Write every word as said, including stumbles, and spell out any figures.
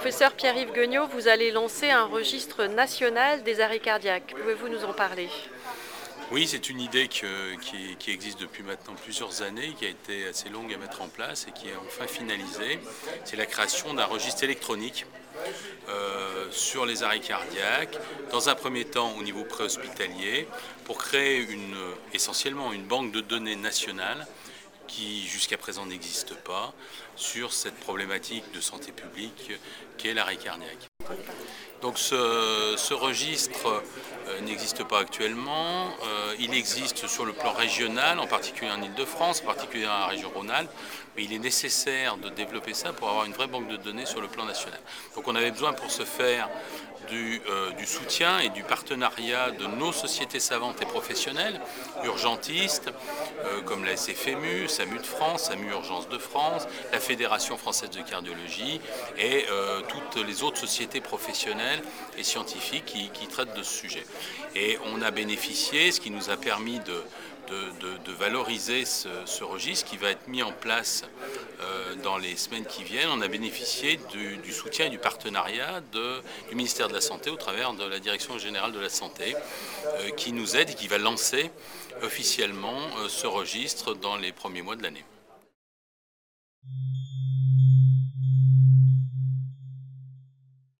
Professeur Pierre-Yves Gueugnot, vous allez lancer un registre national des arrêts cardiaques. Pouvez-vous nous en parler? Oui, c'est une idée que- qui, qui existe depuis maintenant plusieurs années, qui a été assez longue à mettre en place et qui est enfin finalisée. C'est la création d'un registre électronique euh, sur les arrêts cardiaques, dans un premier temps au niveau préhospitalier, pour créer une, essentiellement une banque de données nationale qui jusqu'à présent n'existe pas sur cette problématique de santé publique qu'est l'arrêt cardiaque. Donc ce, ce registre euh, n'existe pas actuellement. Euh, il existe sur le plan régional, en particulier en Île-de-France, en particulier dans la région Rhône-Alpes, mais il est nécessaire de développer ça pour avoir une vraie banque de données sur le plan national. Donc on avait besoin pour ce faire du, euh, du soutien et du partenariat de nos sociétés savantes et professionnelles, urgentistes, euh, comme la S F M U, SAMU de France, SAMU Urgence de France, la Fédération française de cardiologie et euh, toutes les autres sociétés professionnelles et scientifiques qui, qui traitent de ce sujet. Et on a bénéficié, ce qui nous a permis de, de, de, de valoriser ce, ce registre qui va être mis en place euh, dans les semaines qui viennent. On a bénéficié du, du soutien et du partenariat de, du ministère de la Santé au travers de la Direction générale de la Santé euh, qui nous aide et qui va lancer officiellement euh, ce registre dans les premiers mois de l'année.